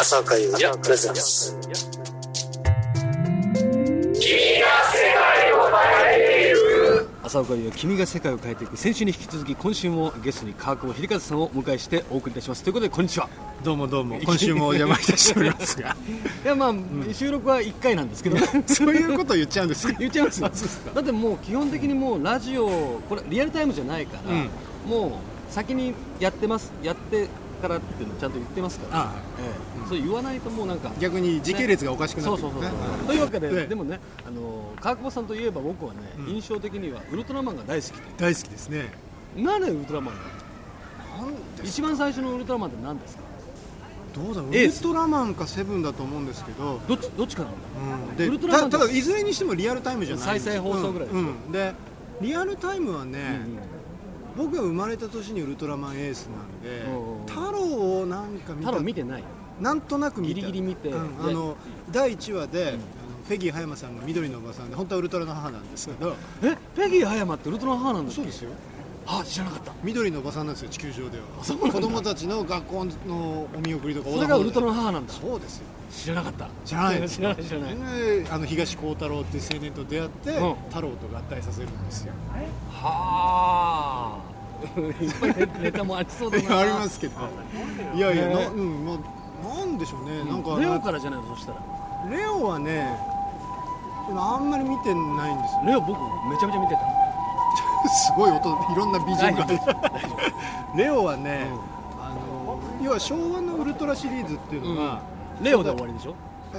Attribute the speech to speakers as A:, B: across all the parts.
A: 浅岡優也プレゼンツ。
B: 浅岡優也、君が世界を変えていく。先週に引き続き今週もゲストに川久保秀和さんをお迎えしてお送りいたします。ということで、こんにちは。
C: どうも今週もお邪魔いたしておりますが
B: いや、収録は1回なんですけど
C: そういうこと言っちゃうんですか？
B: 言っちゃいますよ。だってもう基本的にもうラジオ、これリアルタイムじゃないから、もう先にやってからっていうのをちゃんと言ってますから、そう言わないともうなんか
C: 逆に時系列がおかしくなってくるね。
B: というわけで、でもね、川久保さんといえば僕はね、印象的にはウルトラマンが大好き
C: ですね。
B: なんでウルトラマンなの？一番最初のウルトラマンって何ですか？
C: どうだろう、ウルトラマンかセブンだと思うんですけど、
B: どっちかなんだ。
C: で
B: ウルトラマン
C: ただいずれにしてもリアルタイムじゃない、
B: 再生放送ぐらいでしょ。
C: でリアルタイムはね、僕が生まれた年にウルトラマンエースなんで、太郎をなんか
B: 太郎見てない？
C: なんとなく見た。
B: ギリギリ見て、
C: 第1話で、ペギー葉山さんが緑のおばさんで、本当はウルトラの母なんですけど。
B: ペギー葉山ってウルトラの母なんですか？
C: そうですよ。
B: 知らなかった。
C: 緑のおばさんなんですよ、地球上では。子供たちの学校のお見送りとか、
B: それがウルトラの母なんだ。
C: そうですよ。
B: 知らなかった。
C: 知らない。東光太郎っていう青年と出会って、太郎と合体させるんですよ。
B: いっぱいネタもありそうだな。
C: ありますけど、いやなんでしょうね、なんか
B: レオからじゃないの？そしたら
C: レオはね、あんまり見てないんですよ。
B: レオ僕めちゃめちゃ見てた
C: すごい音、いろんな BGM が出てレオはね、要は昭和のウルトラシリーズっていうのが、
B: レオで終わりでしょ。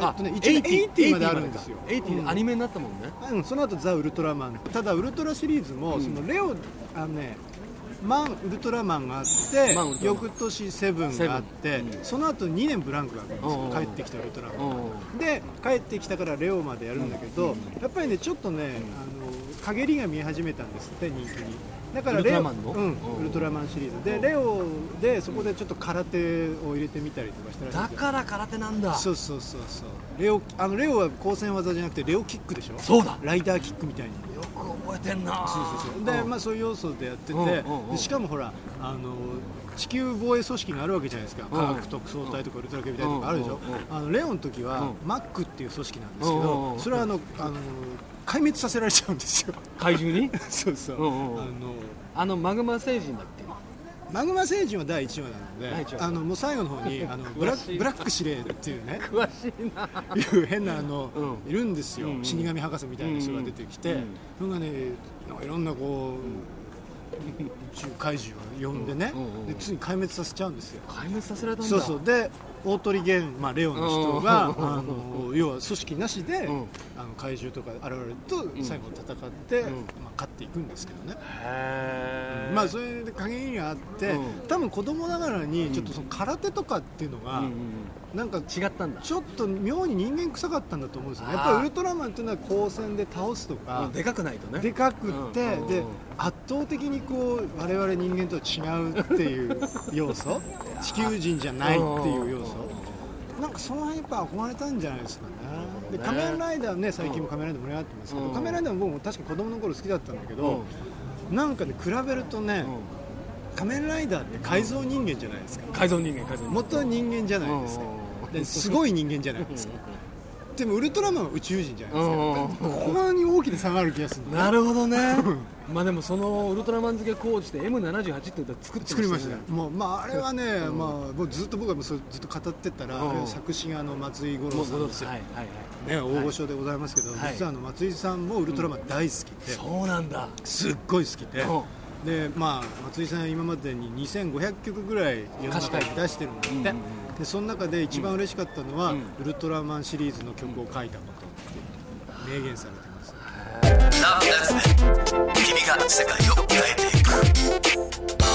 C: 80まであるんですよ。
B: 80アニメになったもんね。
C: その後ザ・ウルトラマン。ただウルトラシリーズも、そのレオウルトラマンがあって、翌年セブンがあって、その後2年ブランクがあるんですよ。帰ってきたウルトラマンで、帰ってきたからレオまでやるんだけど、やっぱりね、ちょっとね、陰りが見え始めたんですって、人気に。だから
B: ウルトラマンの、
C: ウルトラマンシリーズで、レオでそこでちょっと空手を入れてみたりとかしたらしい。
B: だから空手なんだ。
C: そうレオは光線技じゃなくてレオキックでしょ。
B: そうだ、
C: ライダーキックみたいに
B: よく覚えてんな。
C: そうで、そういう要素でやってて、でしかもほら、地球防衛組織があるわけじゃないですか。科学特捜隊とかウルトラ警備隊とかあるでしょ。レオの時はマックっていう組織なんですけど、それは壊滅させられちゃうんですよ、怪獣にそう
B: マグマ星人だっけ。
C: マグマ星人は第1話なので、もう最後の方にブラック司令っていうね、
B: 詳しいな、
C: いう変ないるんですよ。死神博士みたいな人が出てきて、それがね、いろんなこう宇宙怪獣を呼んでね、でついに壊滅させちゃうんですよ。
B: 壊滅させられたんだ。
C: そうで、大鳥源、レオの人が要は組織なしで怪獣とか現れると最後戦って勝っていくんですけどね。それで陰りがあって、多分子供ながらにちょっとその空手とかっていうのがなんか
B: 違ったんだ。
C: ちょっと妙に人間臭かったんだと思うんですよね。やっぱりウルトラマンっていうのは光線で倒すとか、
B: でかくないとね、
C: でかくってで圧倒的にこう我々人間とは違うっていう要素地球人じゃないっていう要素、なんかその辺やっぱ憧れたんじゃないですかね。で仮面ライダーね、最近も仮面ライダー盛り上がってますけど、仮面ライダーも僕も確か子供の頃好きだったんだけど、なんかね比べるとね、仮面ライダーって改造人間じゃないですか。
B: 改造人間
C: 元は人間じゃないですか。ですごい人間じゃないですか。でもウルトラマンは宇宙人じゃないですか。ここに大きな差がある気がする。
B: なるほどね。でもそのウルトラマン付け工事で M78 って歌作りましたね。
C: もうあれはね、もうずっと僕はずっと語ってったら、作詞が松井五郎さんですよ。大御所でございますけど、実は松井さんもウルトラマン大好きで。
B: そうなんだ。
C: すっごい好きで。で松井さんは今までに2500曲ぐらい世の中に出してるんだって。でその中で一番嬉しかったのは、ウルトラマンシリーズの曲を書いたことって明言されてます。
A: 君が世界を変えていく。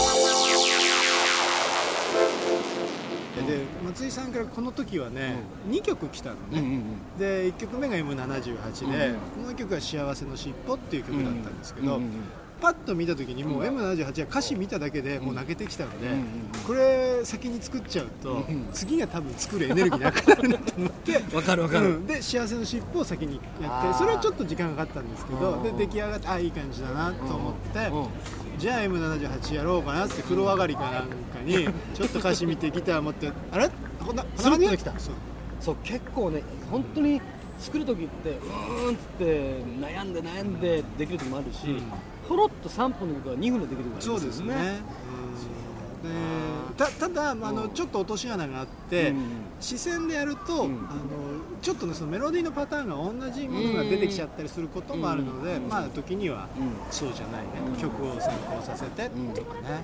C: で松井さんからこの時はね、2曲来たのね。で1曲目が M78 で、もう1曲が幸せのしっぽっていう曲だったんですけど、パッと見た時にもう M78 は歌詞見ただけでもう泣けてきたので、これ先に作っちゃうと、次が多分作るエネルギーなくなるなと思って
B: わかる、
C: で幸せのしっぽを先にやって、それはちょっと時間がかかったんですけど、で出来上がっていい感じだなと思って、じゃあ M78 やろうかなって風呂上がりかなんかにちょっと歌詞見てギター持ってあれ
B: スルッとできた。
C: そう
B: そう結構ね本当に作る時ってって悩んでできる時もあるし、ほろっと3分の時は2分でできる時もあるんですよね。
C: そうですね。ただちょっと落とし穴があって、視線でやると、ちょっとねそのメロディーのパターンが同じものが出てきちゃったりすることもあるので、まあ時にはそうじゃないね、曲を先行させてとかね。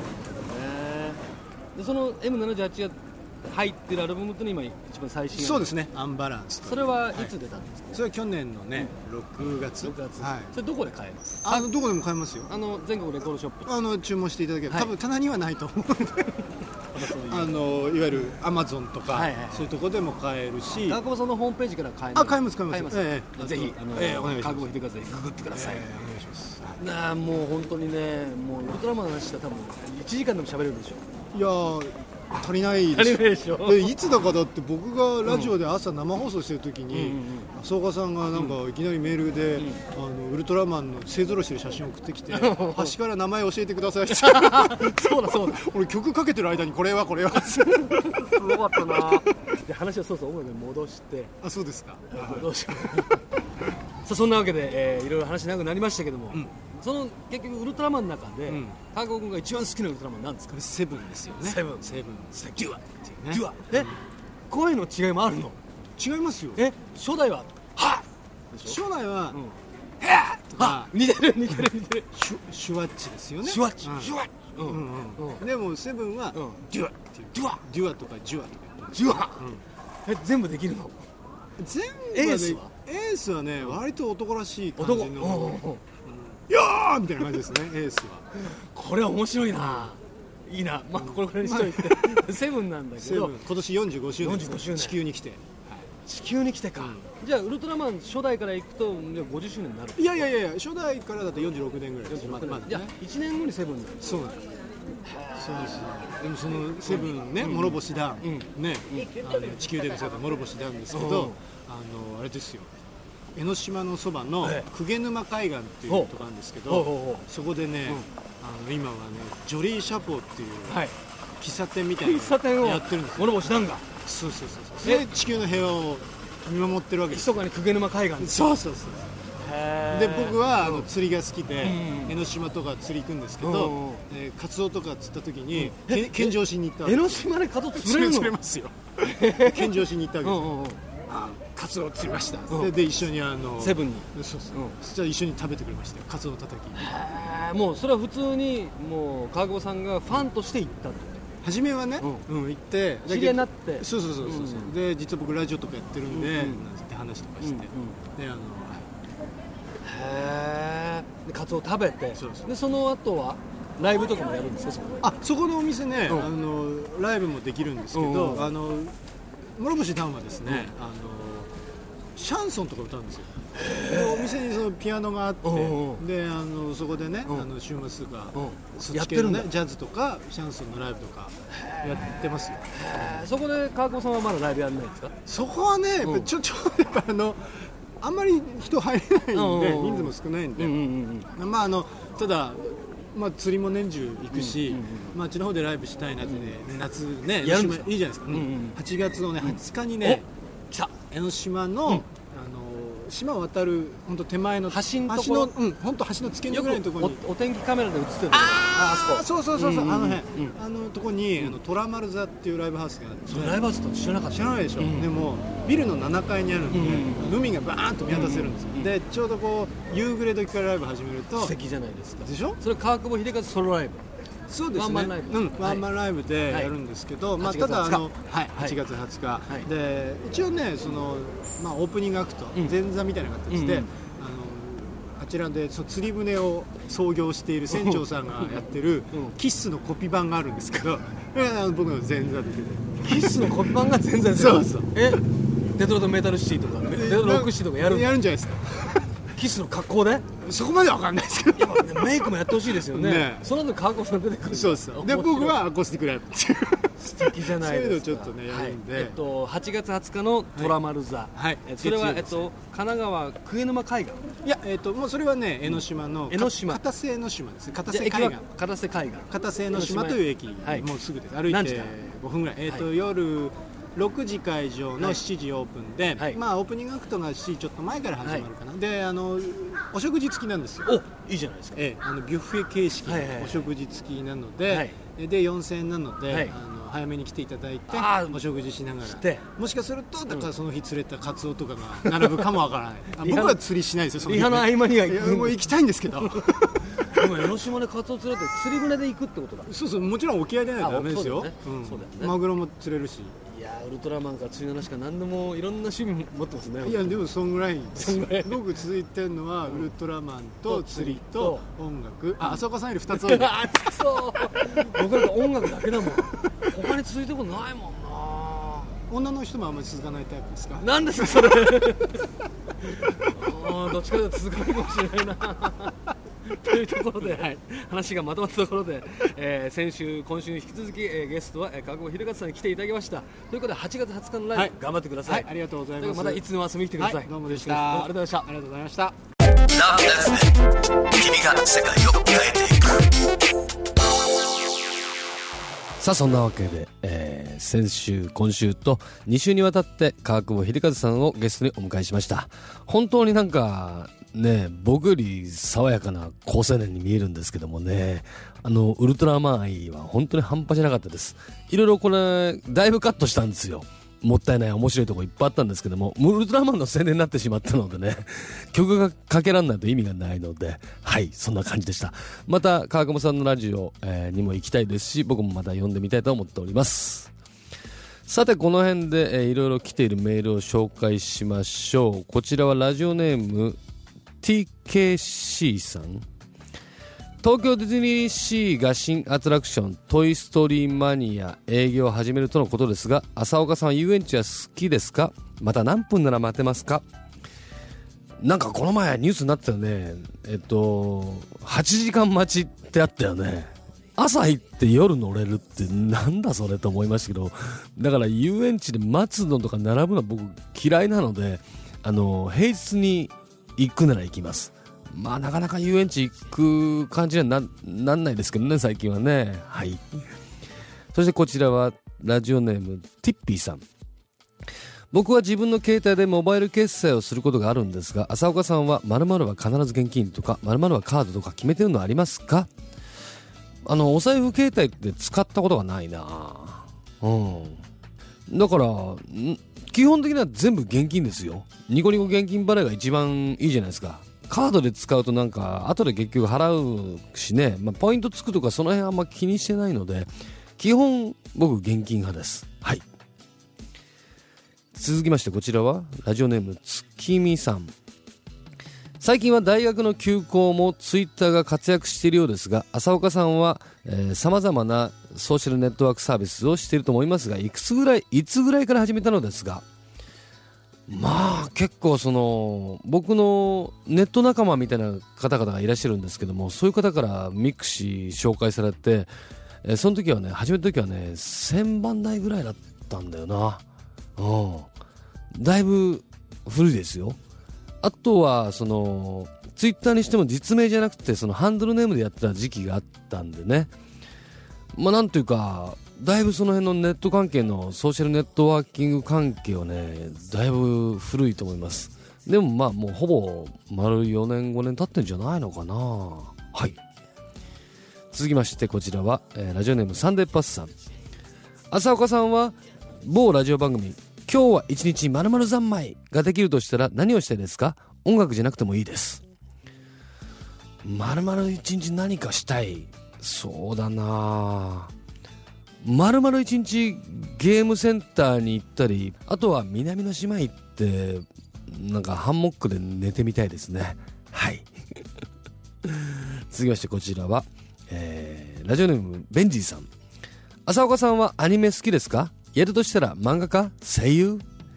B: でその M78 が入ってるアルバムっていうのは今一番最新。
C: そうですね。アンバランス。
B: それはいつ出たんですか？
C: それは去年のね6月。
B: はい。それどこで買えますか？
C: どこでも買えますよ。
B: 全国レコードショップ。
C: 注文していただければ、多分棚にはないと思うので、いわゆるアマゾンとかそういうところでも買えるし、
B: 川久保さんのホームページから買えます。
C: 買えます。
B: ぜひ
C: お願いします。
B: 川久保秀和でググってください。
C: お願いします。
B: もう本当にね、もうウルトラマンの話したら多分1時間でも喋れるでしょ。
C: いや足りないでしょ。いつだかだって僕がラジオで朝生放送してる時に浅岡さんがなんかいきなりメールでウルトラマンの勢ぞろいしてる写真を送ってきて端から名前教えてくださいってそうだ俺曲かけてる間にこれは
B: すごかったな。で話を音楽に戻して、
C: そうですか。
B: 戻してさあそんなわけでいろいろ話長くなりましたけども、その結局ウルトラマンの中で川久保君が一番好きなウルトラマンなんですか？
C: セブンですよね。セブン
B: デュアっていうね。デュア声の違いもあるの？
C: 違いますよ。
B: 初代は
C: 初代は
B: とか似てる
C: シュワッチですよね。
B: シュワッチ
C: でもセブンはデュアっていうデュアとかジュアとか
B: ジュア全部できるの？
C: 全部エースはね割と男らしい感じのよーみたいな感じですね。エースは
B: これは面白いな。いいな。これくらいにしといてセブンなんだけど
C: 今年45周年地球に来て
B: か。じゃあウルトラマン初代からいくと50周年になる？
C: いや初代からだと46年ぐらいです。
B: じゃあ1年後にセブンになる。
C: そうなんです。そうですね。でもそのセブンね、諸星団ね、地球での姿諸星団ですけど、あれですよ。江ノ島のそばの鵠沼海岸っていうところなんですけど、そこでね、今はねジョリーシャポーっていう喫茶店みたいなのをやってるんですよ。
B: 諸星団が。
C: そう。で地球の平和を見守ってるわけです。
B: 密かに鵠沼海岸。
C: そう。で僕は釣りが好きで江ノ島とか釣り行くんですけど、カツオとか釣った時に献上しに行ったわけです。
B: 江ノ島でカツオ釣れるの？
C: 釣れますよ。献上しに行ったわけです。カツオ釣りました。で一緒に
B: セブンに。
C: そしたら一緒に食べてくれましたよ。カツオのたたき。
B: もうそれは普通にもう川久保さんがファンとして行ったと。
C: 初めはね、行って
B: 知り合いになって。
C: そう。で実は僕ラジオとかやってるんで、って話とかして、で
B: でカツオ食べて、でその後はライブとかもやるんですか？
C: そこのお店ね、ライブもできるんですけど、諸星団はですね、シャンソンとか歌うんですよ。お店にそのピアノがあって、でそこでね、週末とかそっち系のねジャズとかシャンソンのライブとかやってますよ。
B: そこで川久保さんはまだライブやらないんですか？
C: そこはねやっぱあんまり人入れないんで、人数も少ないんで、ただ釣りも年中行くし、あっちの方でライブしたいなってね、夏ね、
B: やるんですか？
C: いいじゃないですか。8月のね20日にね、江ノ島の島を渡る本当手前の
B: 橋の
C: 本当橋の付け根ぐらいのところに
B: お天気カメラで映ってる。
C: そう、とこにトラマル座っていうライブハウスがあって、
B: ライブハウスと知らなかった。
C: 知らないでしょ。でもビルの7階にあるんで、海がバーンと見渡せるんですよ。でちょうどこう夕暮れ時からライブ始めると
B: 素敵じゃないですか。
C: でしょ。
B: それ川久保秀和ソロライブ。
C: そうですね。ワンマンライブでやるんですけど、ただ8月20日で一応ねオープニングアクト前座みたいな形であちらで釣り船を操業している船長さんがやってるキッスのコピー版があるんですけど、僕の前座で
B: キッスのコピー版が前座で
C: そう
B: デトロイトメタルシティとかデトロイトロックシティとかやるんじゃないですか。キスの格好で
C: そこまでは分かんないですけど、
B: メイクもやってほしいですよね。その後川久保さん出てくる。
C: そうで僕はアコースティックライブ
B: 素敵じゃないですか。
C: そういうのちょっとねやるんで、
B: 8月20日のトラマル座、それは神奈川鵠沼海岸。
C: いやもうそれはね江ノ島の片瀬江ノ島です。片瀬海岸。片瀬江ノ島という駅もうすぐです。歩いて5分ぐらい。夜 6時会場の7時オープンで、
B: はい、
C: まあオープニングアクトが7時ちょっと前から始まるかな、はい、でお食事付きなんですよ。
B: お、いいじゃないですか。
C: ビュッフェ形式のお食事付きなので、はいはい、で4000円なので、はい、早めに来ていただいてお食事しながら、もしかするとだからその日釣れたカツオとかが並ぶかもわからない僕は釣りしないですよ、その日、
B: リハの合間には
C: もう行きたいんですけど
B: でも江ノ島でカツオ釣れて釣り船で行くってことだ。
C: そうそう、もちろん沖合でないとダメですよ。マグロも釣れるし。
B: いやウルトラマンから釣りの話か何でもいろんな趣味持ってますね。
C: いやでもそんぐらい僕続いてるのはウルトラマンと釣りと音楽。浅岡さんより2つ多いね
B: そう僕なんか音楽だけだもん他に続いてることないもんな。
C: 女の人もあんまり続かないタイプですか？
B: なんですかそれどっちかというと続かないかもしれないなというところで、はい、話がまとまったところで、今週に引き続き、ゲストは川久保秀和さんに来ていただきました。ということで8月20日のライブ、はい、頑張ってください。はい、
C: ありがとうございます。
B: またいつでも遊びに来てください。はい、
C: どうもでした。
B: ありがとうございました。ありがとうございました。
A: 君が世界を変えていく。
B: さあそんなわけで、先週今週と2週にわたって川久保秀和さんをゲストにお迎えしました。本当になんかね、僕より爽やかな好青年に見えるんですけどもね、ウルトラマン愛は本当に半端じゃなかったです。いろいろこれだいぶカットしたんですよ。もったいない面白いところいっぱいあったんですけども、ウルトラマンの宣伝になってしまったのでね、曲がかけらんないと意味がないので、はい、そんな感じでした。また川久保さんのラジオ、にも行きたいですし、僕もまた呼んでみたいと思っております。さてこの辺で、いろいろ来ているメールを紹介しましょう。こちらはラジオネーム TKC さん。東京ディズニーシーが新アトラクショントイストーリーマニア営業を始めるとのことですが、浅岡さんは遊園地は好きですか？また何分なら待てますか？なんかこの前ニュースになってたよね。8時間待ちってあったよね。朝行って夜乗れるってなんだそれと思いましたけど、だから遊園地で待つのとか並ぶのは僕嫌いなので、平日に行くなら行きます。まあなかなか遊園地行く感じにはなんないですけどね、最近はね。はい。そしてこちらはラジオネームティッピーさん。僕は自分の携帯でモバイル決済をすることがあるんですが、浅岡さんは〇〇は必ず現金とか〇〇はカードとか決めてるのありますか？お財布携帯って使ったことがないな。だから基本的には全部現金ですよ。ニコニコ現金払いが一番いいじゃないですか。カードで使うとなんか後で結局払うしね、ポイントつくとかその辺あんま気にしてないので、基本僕現金派です。はい。続きましてこちらはラジオネーム月見さん。最近は大学の休校もツイッターが活躍しているようですが、浅岡さんは様々なソーシャルネットワークサービスをしていると思いますが、いつぐらいから始めたのですが、まあ結構僕のネット仲間みたいな方々がいらっしゃるんですけども、そういう方からミクシー紹介されて、その時はね、始めた時はね1000番台ぐらいだったんだよな。だいぶ古いですよ。あとはツイッターにしても実名じゃなくてハンドルネームでやってた時期があったんでね、なんというかだいぶその辺のネット関係のソーシャルネットワーキング関係はねだいぶ古いと思います。でももうほぼ丸4年5年経ってんじゃないのかな。はい。続きましてこちらは、ラジオネームサンデーパスさん。浅岡さんは某ラジオ番組今日は一日〇〇三昧ができるとしたら何をしたいですか？音楽じゃなくてもいいです。〇〇一日何かしたい。そうだな、丸々一日ゲームセンターに行ったり、あとは南の島行ってなんかハンモックで寝てみたいですね。はい続きましてこちらは、ラジオネームベンジーさん。浅岡さんはアニメ好きですか？やるとしたら漫画家？声優？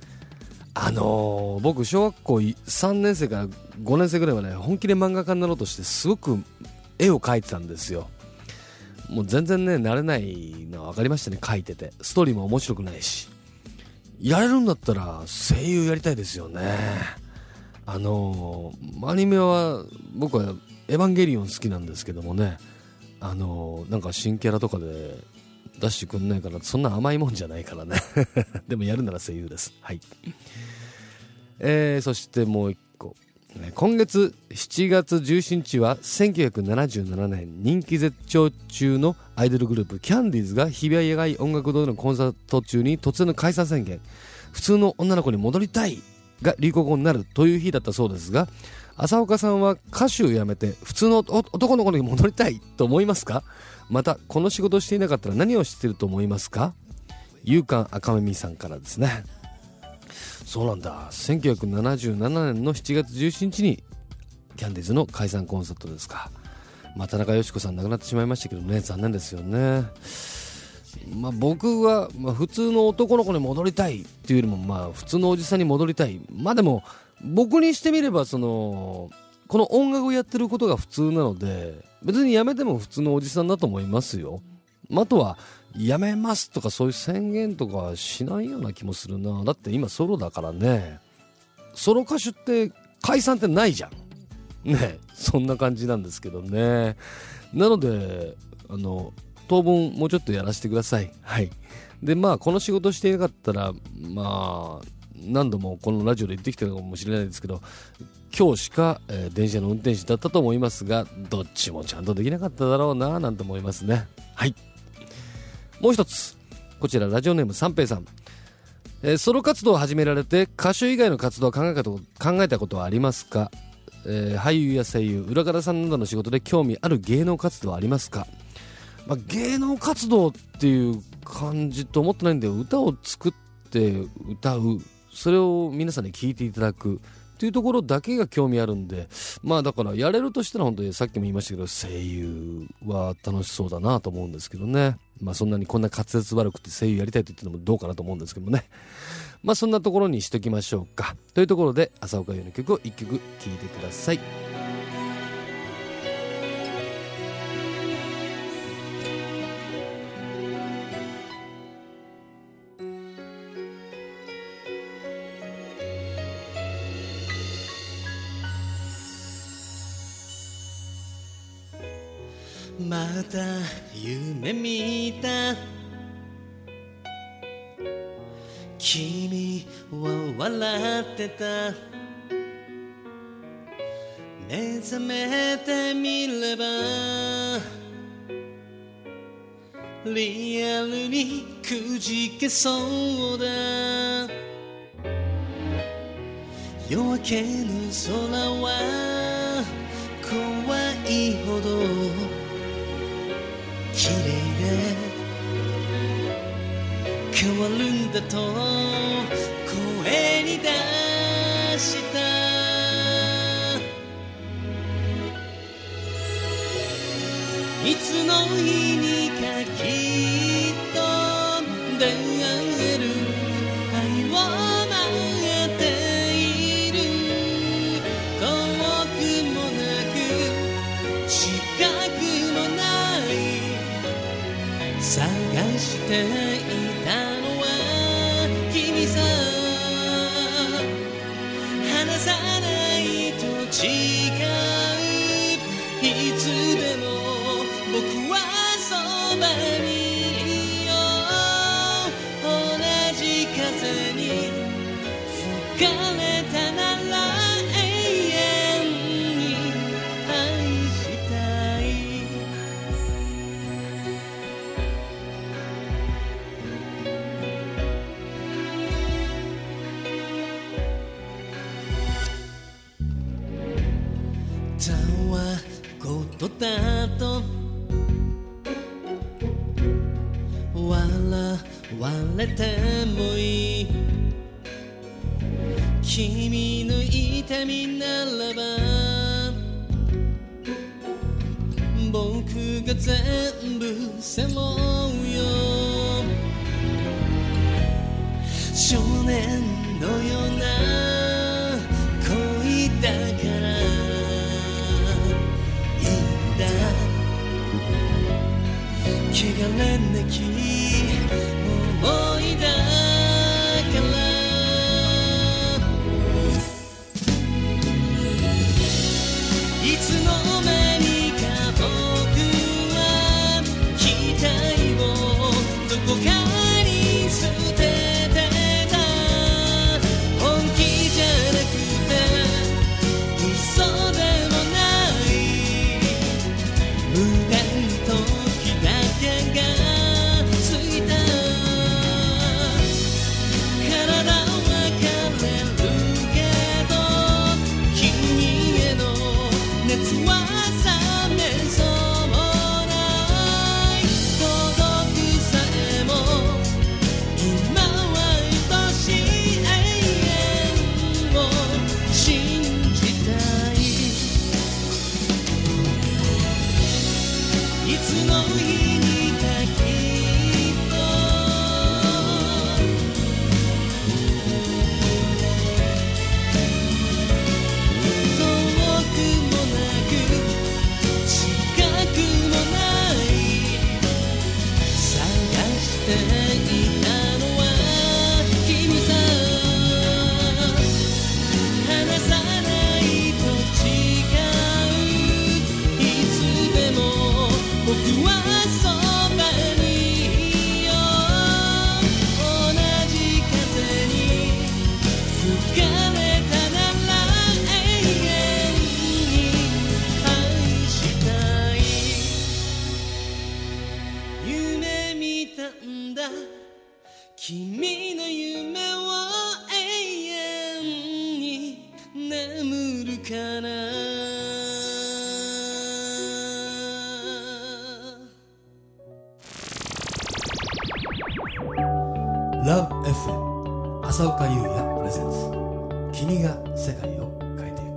B: 僕小学校3年生から5年生ぐらいまで本気で漫画家になろうとしてすごく絵を描いてたんですよ。もう全然ね慣れないのは分かりましたね。描いててストーリーも面白くないし、やれるんだったら声優やりたいですよね。アニメは僕はエヴァンゲリオン好きなんですけどもね、なんか新キャラとかで出してくんないから、そんな甘いもんじゃないからねでもやるなら声優です。はい。そしてもう一個、今月7月17日は1977年人気絶頂中のアイドルグループキャンディーズが日比谷野外音楽堂でのコンサート中に突然の解散宣言、普通の女の子に戻りたいが流行語になるという日だったそうですが、浅岡さんは歌手を辞めて普通の男の子に戻りたいと思いますか？またこの仕事をしていなかったら何をしていると思いますか？勇敢赤耳さんからですね。そうなんだ、1977年の7月17日にキャンディーズの解散コンサートですか。田中佳子さん亡くなってしまいましたけどね、残念ですよね。僕は、普通の男の子に戻りたいっていうよりも、普通のおじさんに戻りたい。でも僕にしてみればこの音楽をやってることが普通なので、別に辞めても普通のおじさんだと思いますよ。あとは辞めますとかそういう宣言とかはしないような気もするな。だって今ソロだからね。ソロ歌手って解散ってないじゃんね。そんな感じなんですけどね。なので当分もうちょっとやらせてください。はい。でこの仕事していなかったら何度もこのラジオで言ってきたかもしれないですけど、今日しか、電車の運転手だったと思いますが、どっちもちゃんとできなかっただろうななんて思いますね。はい。もう一つ、こちらラジオネーム三平さん、ソロ活動を始められて歌手以外の活動を考えたことはありますか？俳優や声優、裏方さんなどの仕事で興味ある芸能活動はありますか？芸能活動っていう感じと思ってないんで、歌を作って歌う、それを皆さんに聞いていただくっていうところだけが興味あるんで、だからやれるとしたら本当にさっきも言いましたけど、声優は楽しそうだなと思うんですけどね。そんなにこんな滑舌悪くて声優やりたいと言ってのもどうかなと思うんですけどもね。そんなところにしときましょうか。というところで浅岡優の曲を1曲聴いてください。
D: また夢見た、君は笑ってた、目覚めてみればリアルにくじけそうだ。夜明けの空は怖いほど綺麗で変わるんだと声に出した。いつの日にかきっと出会える愛を待っている。遠くもなく近くもない探していたのは君さ。離さないと違う、いつでも僕はそばにいよう。同じ風に吹かれたなら永遠に愛したい。たわことだと笑れてもいい。君の痛みならば僕が全部背負うよ。少年のような恋だからいいんだ。汚れなき思いだから。いつの間にか僕は期待を君の夢は永遠に眠るかな。
E: Love FM 浅岡優也プレゼンツ、君が世界を変えて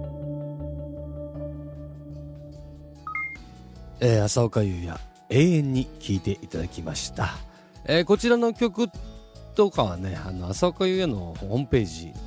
E: いく。浅岡優也、永遠に聴いていただきました。こちらの曲とかはね、浅岡優也のホームページ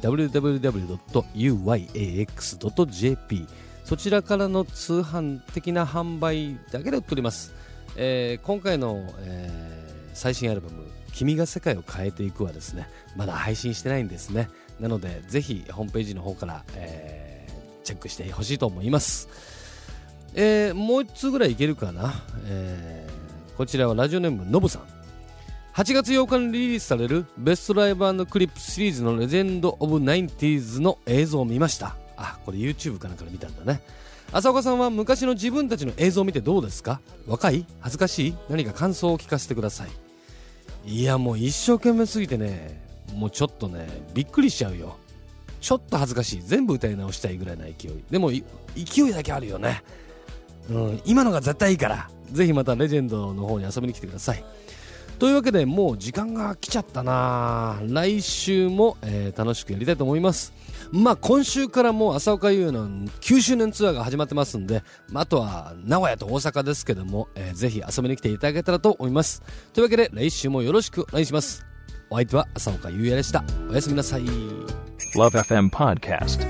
E: www.uyax.jp そちらからの通販的な販売だけで売っております。今回の、最新アルバム君が世界を変えていくはですね、まだ配信してないんですね。なのでぜひホームページの方から、チェックしてほしいと思います。もう一つぐらいいけるかな。こちらはラジオネームのぶさん。8月8日にリリースされるベストライブ&クリップシリーズのレジェンド・オブ・ナインティーズの映像を見ました。これ YouTube かなんかで見たんだね。浅岡さんは昔の自分たちの映像を見てどうですか？若い？恥ずかしい？何か感想を聞かせてください。いや、もう一生懸命すぎてね、もうちょっとねびっくりしちゃうよ。ちょっと恥ずかしい。全部歌い直したいぐらいな勢い。でも勢いだけあるよね。今のが絶対いいから、ぜひまたレジェンドの方に遊びに来てください。というわけでもう時間が来ちゃったな。来週も、楽しくやりたいと思います。今週からもう浅岡優也の9周年ツアーが始まってますんで、あとは名古屋と大阪ですけども、ぜひ遊びに来ていただけたらと思います。というわけで来週もよろしくお願いします。お相手は浅岡優也でした。おやすみなさい。
A: LoveFM Podcast。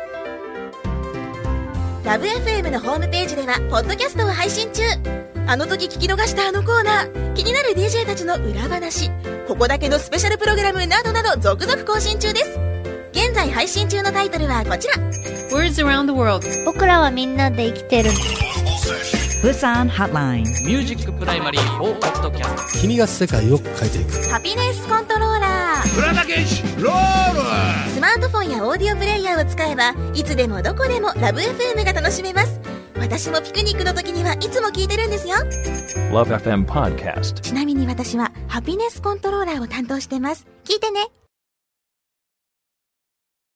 F: LoveFM のホームページではポッドキャストを配信中。あの時聞き逃したあのコーナー、気になる DJ たちの裏話、ここだけのスペシャルプログラムなどなど続々更新中です。現在配信中のタイトルはこちら。
G: Words around the world。
H: 僕らはみんなで生きてる。
G: Busan Hotline。
D: ミュージックプライマリー4ポッドキャスト。
E: 君が世界を変えていく。
F: ハピネスコントローラー。
A: ロール。
F: スマートフォンやオーディオプレイヤーを使えばいつでもどこでも LoveFM が楽しめます。私もピクニックの時にはいつも聞いてるんですよ。
A: LoveFM Podcast。
F: ちなみに私はハピネスコントローラーを担当してます。聞いてね。